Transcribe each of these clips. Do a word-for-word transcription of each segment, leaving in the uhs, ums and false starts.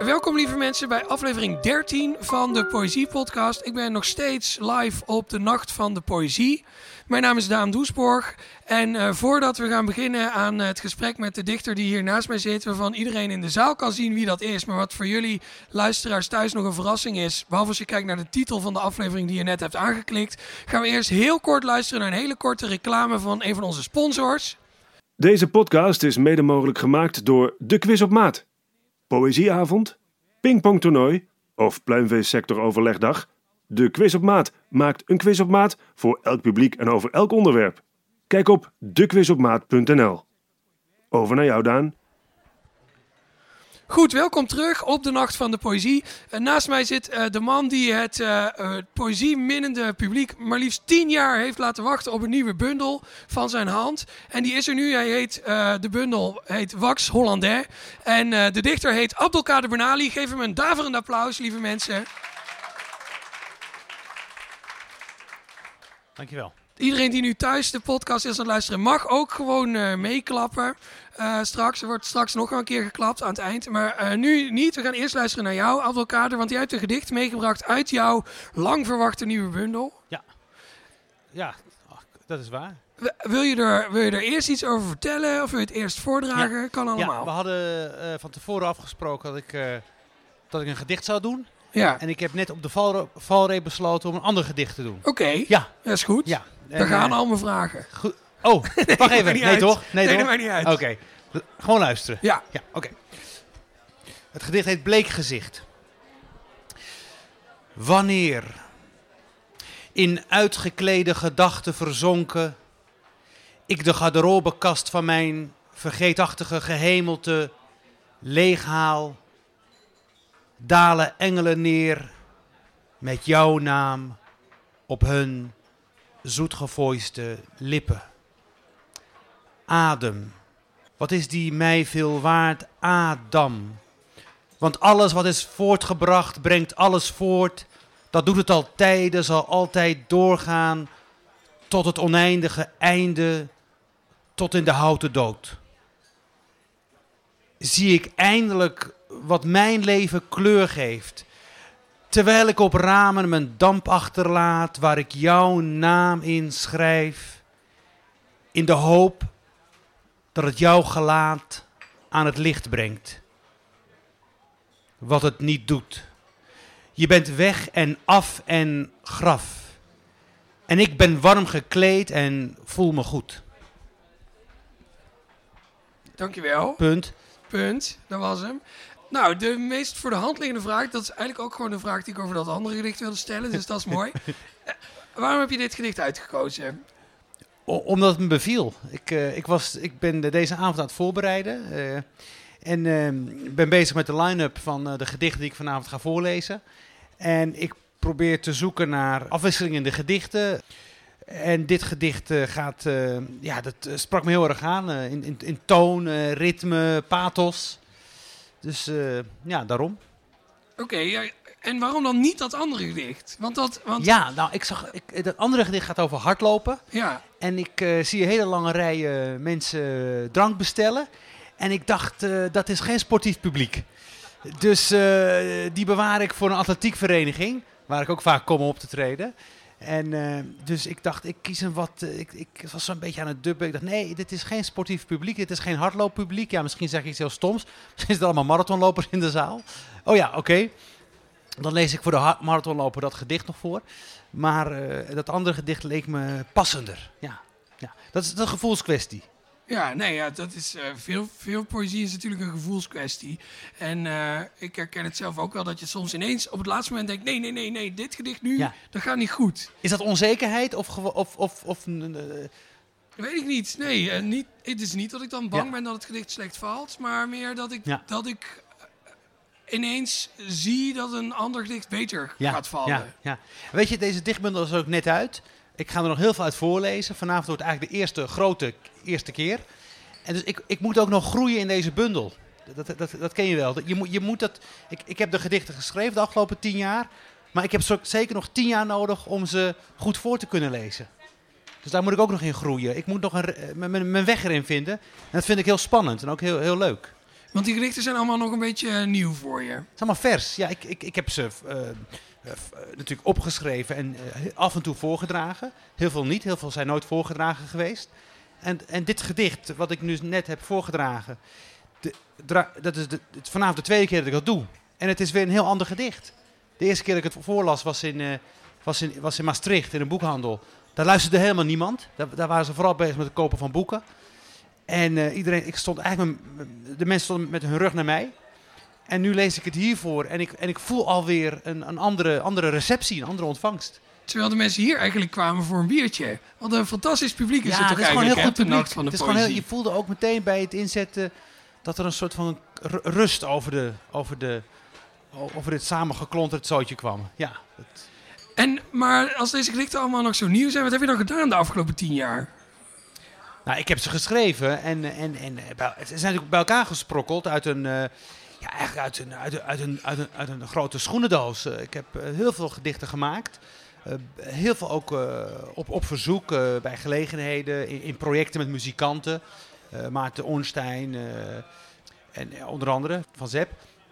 Welkom lieve mensen bij aflevering dertien van de Poëzie Podcast. Ik ben nog steeds live op de Nacht van de Poëzie. Mijn naam is Daan Doesborg. En uh, voordat we gaan beginnen aan uh, het gesprek met de dichter die hier naast mij zit, waarvan iedereen in de zaal kan zien wie dat is, maar wat voor jullie luisteraars thuis nog een verrassing is, behalve als je kijkt naar de titel van de aflevering die je net hebt aangeklikt, gaan we eerst heel kort luisteren naar een hele korte reclame van een van onze sponsors. Deze podcast is mede mogelijk gemaakt door De Quiz op Maat, Poëzieavond, Pingpongtoernooi of Pluimveesectoroverlegdag. De Quiz op Maat maakt een quiz op maat voor elk publiek en over elk onderwerp. Kijk op de quiz op maat punt n l. Over naar jou, Daan. Goed, welkom terug op de Nacht van de Poëzie. Uh, naast mij zit uh, de man die het uh, uh, poëzieminnende publiek maar liefst tien jaar heeft laten wachten op een nieuwe bundel van zijn hand. En die is er nu. Hij heet, uh, de bundel heet Wax Hollandais. En uh, de dichter heet Abdelkader Benali. Geef hem een daverend applaus, lieve mensen. Dankjewel. Iedereen die nu thuis de podcast is aan het luisteren mag ook gewoon uh, meeklappen. Uh, straks, er wordt straks nog een keer geklapt aan het eind. Maar uh, nu niet. We gaan eerst luisteren naar jou, Abdelkader. Want jij hebt een gedicht meegebracht uit jouw lang verwachte nieuwe bundel. Ja, ja, ach, dat is waar. W- wil, je er, wil je er eerst iets over vertellen? Of wil je het eerst voordragen? Ja. Kan allemaal. Ja, we hadden uh, van tevoren afgesproken dat ik, uh, dat ik een gedicht zou doen. Ja. En ik heb net op de valre- valreep besloten om een ander gedicht te doen. Oké, okay. Ja. Dat is goed. Ja. Dan en, gaan uh, al mijn vragen. Goed. Oh, wacht even. Nee, uit. toch? Nee, nee toch? dat maakt niet uit. Oké, okay. Gewoon luisteren. Ja. Ja, oké. Okay. Het gedicht heet Bleekgezicht. Wanneer in uitgeklede gedachten verzonken ik de garderobekast van mijn vergeetachtige gehemelte leeghaal, dalen engelen neer met jouw naam op hun zoetgevoiste lippen. Adem, wat is die mij veel waard, Adam? Want alles wat is voortgebracht, brengt alles voort. Dat doet het al tijden, zal altijd doorgaan, tot het oneindige einde, tot in de houten dood. Zie ik eindelijk wat mijn leven kleur geeft, terwijl ik op ramen mijn damp achterlaat, waar ik jouw naam in schrijf, in de hoop dat het jouw gelaat aan het licht brengt. Wat het niet doet. Je bent weg en af en graf. En ik ben warm gekleed en voel me goed. Dankjewel. Punt. Punt, dat was hem. Nou, de meest voor de hand liggende vraag, dat is eigenlijk ook gewoon de vraag die ik over dat andere gedicht wilde stellen, dus dat is mooi. uh, waarom heb je dit gedicht uitgekozen? O- omdat het me beviel. Ik, uh, ik, was, ik ben deze avond aan het voorbereiden uh, en uh, ben bezig met de line-up van uh, de gedichten die ik vanavond ga voorlezen. En ik probeer te zoeken naar afwisseling in de gedichten. En dit gedicht uh, gaat, uh, ja, dat uh, sprak me heel erg aan. Uh, in, in, in toon, uh, ritme, pathos. Dus uh, ja, daarom. Oké, okay, ja, en waarom dan niet dat andere gedicht? Want dat, want... Ja, nou, ik zag, ik, dat andere gedicht gaat over hardlopen. Ja. En ik uh, zie een hele lange rij uh, mensen uh, drank bestellen. En ik dacht, uh, dat is geen sportief publiek. Dus uh, die bewaar ik voor een atletiekvereniging, waar ik ook vaak kom om op te treden. En uh, dus ik dacht, ik kies een wat, uh, ik, ik was zo'n beetje aan het dubben. Ik dacht, nee, dit is geen sportief publiek, dit is geen hardlooppubliek. Ja, misschien zeg ik iets heel stoms. Misschien zitten allemaal marathonlopers in de zaal. Oh ja, oké. Okay. Dan lees ik voor de ha- marathonloper dat gedicht nog voor. Maar uh, dat andere gedicht leek me passender. Ja, ja. Dat is een gevoelskwestie. Ja, nee, ja, dat is uh, veel, veel poëzie is natuurlijk een gevoelskwestie. En uh, ik herken het zelf ook wel dat je soms ineens op het laatste moment denkt, nee, nee, nee, nee, dit gedicht nu, ja. dat gaat niet goed. Is dat onzekerheid of... Gewo- of, of, of uh, weet ik niet. Nee, uh, niet, het is niet dat ik dan bang ja. ben dat het gedicht slecht valt, maar meer dat ik, ja. dat ik uh, ineens zie dat een ander gedicht beter ja. gaat vallen. Ja. Ja. Weet je, deze dichtbundel is ook net uit. Ik ga er nog heel veel uit voorlezen. Vanavond wordt eigenlijk de eerste grote eerste keer. En dus ik, ik moet ook nog groeien in deze bundel. Dat, dat, dat, dat ken je wel. Je moet, je moet dat, ik, ik heb de gedichten geschreven de afgelopen tien jaar. Maar ik heb zo, zeker nog tien jaar nodig om ze goed voor te kunnen lezen. Dus daar moet ik ook nog in groeien. Ik moet nog een, mijn, mijn weg erin vinden. En dat vind ik heel spannend en ook heel, heel leuk. Want die gedichten zijn allemaal nog een beetje uh, nieuw voor je. Het is allemaal vers. Ja, ik, ik, ik heb ze uh, uh, natuurlijk opgeschreven en uh, af en toe voorgedragen. Heel veel niet, heel veel zijn nooit voorgedragen geweest. En, en dit gedicht, wat ik nu net heb voorgedragen, de, dra- dat is de, het, vanavond de tweede keer dat ik dat doe. En het is weer een heel ander gedicht. De eerste keer dat ik het voorlas was in, uh, was in, was in Maastricht, in een boekhandel. Daar luisterde helemaal niemand. Daar, daar waren ze vooral bezig met het kopen van boeken. En uh, iedereen, ik stond eigenlijk, de mensen stonden met hun rug naar mij. En nu lees ik het hiervoor en ik, en ik voel alweer een, een andere, andere receptie, een andere ontvangst. Terwijl de mensen hier eigenlijk kwamen voor een biertje. Wat een fantastisch publiek is ja, het toch het is eigenlijk, gewoon heel goed de nacht van de het is poëzie. gewoon heel, je voelde ook meteen bij het inzetten dat er een soort van rust over, de, over, de, over dit samengeklonterd zootje kwam. Ja, het... En, maar als deze gedichten allemaal nog zo nieuw zijn, wat heb je dan gedaan de afgelopen tien jaar? Nou, ik heb ze geschreven en, en, en ze zijn natuurlijk bij elkaar gesprokkeld uit een, uh, ja, eigenlijk uit een, uit een, uit een, uit een, uit een grote schoenendoos. Uh, ik heb uh, heel veel gedichten gemaakt. Uh, heel veel ook uh, op, op verzoek, uh, bij gelegenheden, in, in projecten met muzikanten. Uh, Maarten Ornstein uh, en uh, onder andere Van Zep.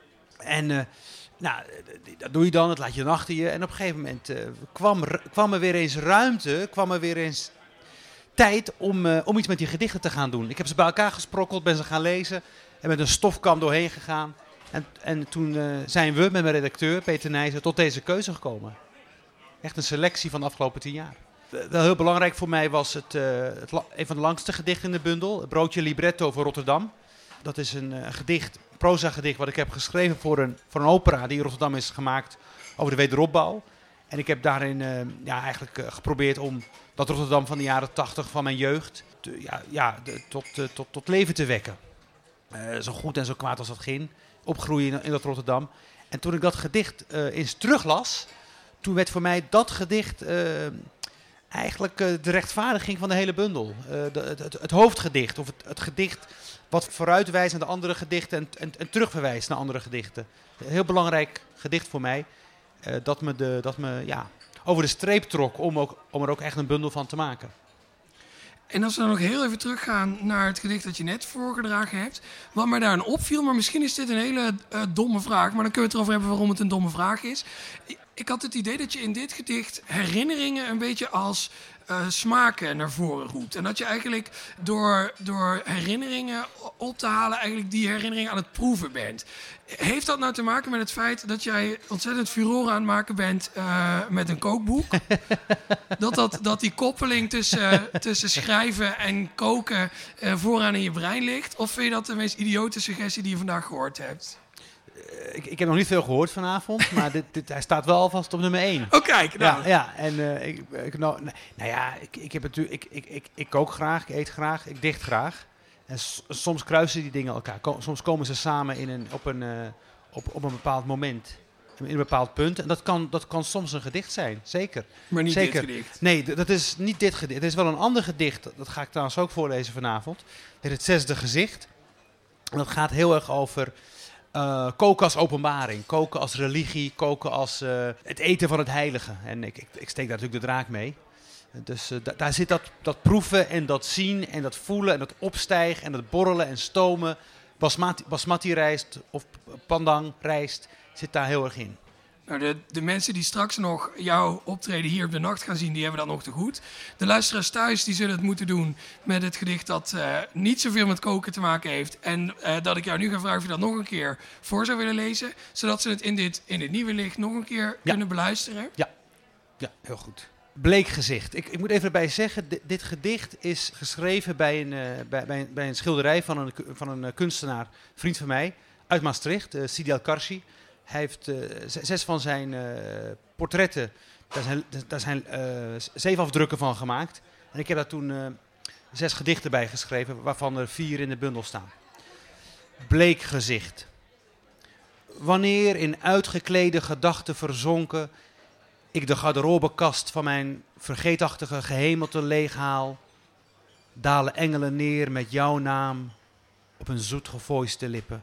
En uh, nou, dat doe je dan, dat laat je dan achter je. En op een gegeven moment uh, kwam, kwam er weer eens ruimte, kwam er weer eens tijd om, uh, om iets met die gedichten te gaan doen. Ik heb ze bij elkaar gesprokkeld, ben ze gaan lezen en met een stofkam doorheen gegaan. En, en toen uh, zijn we met mijn redacteur, Peter Nijssen, tot deze keuze gekomen. Echt een selectie van de afgelopen tien jaar. Wel heel belangrijk voor mij was het, uh, het la- een van de langste gedichten in de bundel, het Broodje Libretto voor Rotterdam. Dat is een uh, gedicht, proza gedicht, wat ik heb geschreven voor een, voor een opera die in Rotterdam is gemaakt over de wederopbouw. En ik heb daarin uh, ja, eigenlijk uh, geprobeerd om dat Rotterdam van de jaren tachtig van mijn jeugd te, ja, ja, de, tot, uh, tot, tot leven te wekken. Uh, zo goed en zo kwaad als dat ging. Opgroeien in, in dat Rotterdam. En toen ik dat gedicht uh, eens teruglas, toen werd voor mij dat gedicht uh, eigenlijk uh, de rechtvaardiging van de hele bundel. Uh, de, het, het, het hoofdgedicht of het, het gedicht wat vooruitwijst naar de andere gedichten en, en, en terugverwijst naar andere gedichten. Een heel belangrijk gedicht voor mij. Uh, dat me, de, dat me ja, over de streep trok om, ook, om er ook echt een bundel van te maken. En als we dan nog heel even teruggaan naar het gedicht dat je net voorgedragen hebt. Wat mij daarin opviel, maar misschien is dit een hele uh, domme vraag. Maar dan kunnen we het erover hebben waarom het een domme vraag is. Ik had het idee dat je in dit gedicht herinneringen een beetje als uh, smaken naar voren roept. En dat je eigenlijk door, door herinneringen op te halen eigenlijk die herinneringen aan het proeven bent. Heeft dat nou te maken met het feit dat jij ontzettend furore aan het maken bent uh, met een kookboek? dat, dat, dat die koppeling tussen, tussen schrijven en koken uh, vooraan in je brein ligt? Of vind je dat de meest idiote suggestie die je vandaag gehoord hebt? Ik, ik heb nog niet veel gehoord vanavond, maar dit, dit, hij staat wel alvast op nummer één. Oh, kijk. Nou. Ja, ja, en uh, ik, ik, nou, nou ja, ik, ik, heb natuurlijk, ik, ik, ik, ik kook graag, ik eet graag, ik dicht graag. En s- soms kruisen die dingen elkaar. Ko- soms komen ze samen in een, op, een, uh, op, op een bepaald moment, in een bepaald punt. En dat kan, dat kan soms een gedicht zijn, zeker. Maar niet zeker. dit gedicht. Nee, d- dat is niet dit gedicht. Het is wel een ander gedicht, dat ga ik trouwens ook voorlezen vanavond. Het heet Het Zesde Gezicht. En dat gaat heel erg over Uh, koken als openbaring, koken als religie, koken als uh, het eten van het heilige. En ik, ik, ik steek daar natuurlijk de draak mee. Dus uh, da- daar zit dat, dat proeven en dat zien en dat voelen en dat opstijgen en dat borrelen en stomen. Basmati, basmati rijst of pandang rijst zit daar heel erg in. Nou, de, de mensen die straks nog jouw optreden hier op de nacht gaan zien, die hebben dat nog te goed. De luisteraars thuis die zullen het moeten doen met het gedicht dat uh, niet zoveel met koken te maken heeft. En uh, dat ik jou nu ga vragen of je dat nog een keer voor zou willen lezen. Zodat ze het in dit, in dit nieuwe licht nog een keer ja. kunnen beluisteren. Ja, ja, heel goed. Bleek gezicht. Ik, ik moet even erbij zeggen, dit, dit gedicht is geschreven bij een, uh, bij, bij, bij een schilderij van een, van een uh, kunstenaar, vriend van mij, uit Maastricht, uh, Sidi El-Karshi. Hij heeft uh, zes van zijn uh, portretten, daar zijn, daar zijn uh, zeven afdrukken van gemaakt. En ik heb daar toen uh, zes gedichten bij geschreven, waarvan er vier in de bundel staan. Bleek gezicht. Wanneer in uitgeklede gedachten verzonken ik de garderobekast van mijn vergeetachtige gehemelte leeghaal, dalen engelen neer met jouw naam op hun zoet gevoiste lippen.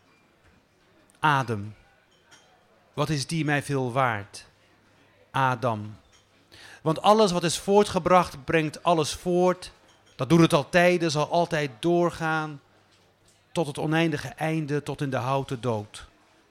Adem. Wat is die mij veel waard? Adam. Want alles wat is voortgebracht, brengt alles voort. Dat doet het altijd, zal altijd doorgaan. tot het oneindige einde, tot in de houten dood.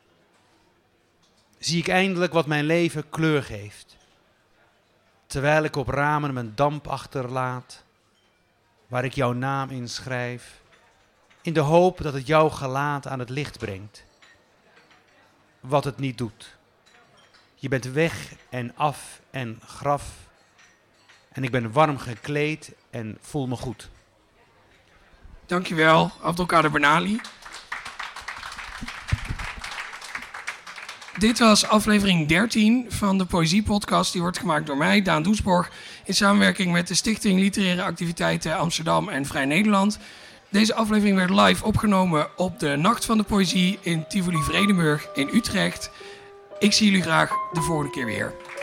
Zie ik eindelijk wat mijn leven kleur geeft. Terwijl ik op ramen mijn damp achterlaat, waar ik jouw naam in schrijf, in de hoop dat het jouw gelaat aan het licht brengt. Wat het niet doet. Je bent weg en af en graf. En ik ben warm gekleed en voel me goed. Dankjewel, Abdelkader Bernali. Dit was aflevering dertien van de Poëziepodcast. Die wordt gemaakt door mij, Daan Doesborg, in samenwerking met de Stichting Literaire Activiteiten Amsterdam en Vrij Nederland. Deze aflevering werd live opgenomen op de Nacht van de Poëzie in Tivoli Vredenburg in Utrecht. Ik zie jullie graag de volgende keer weer.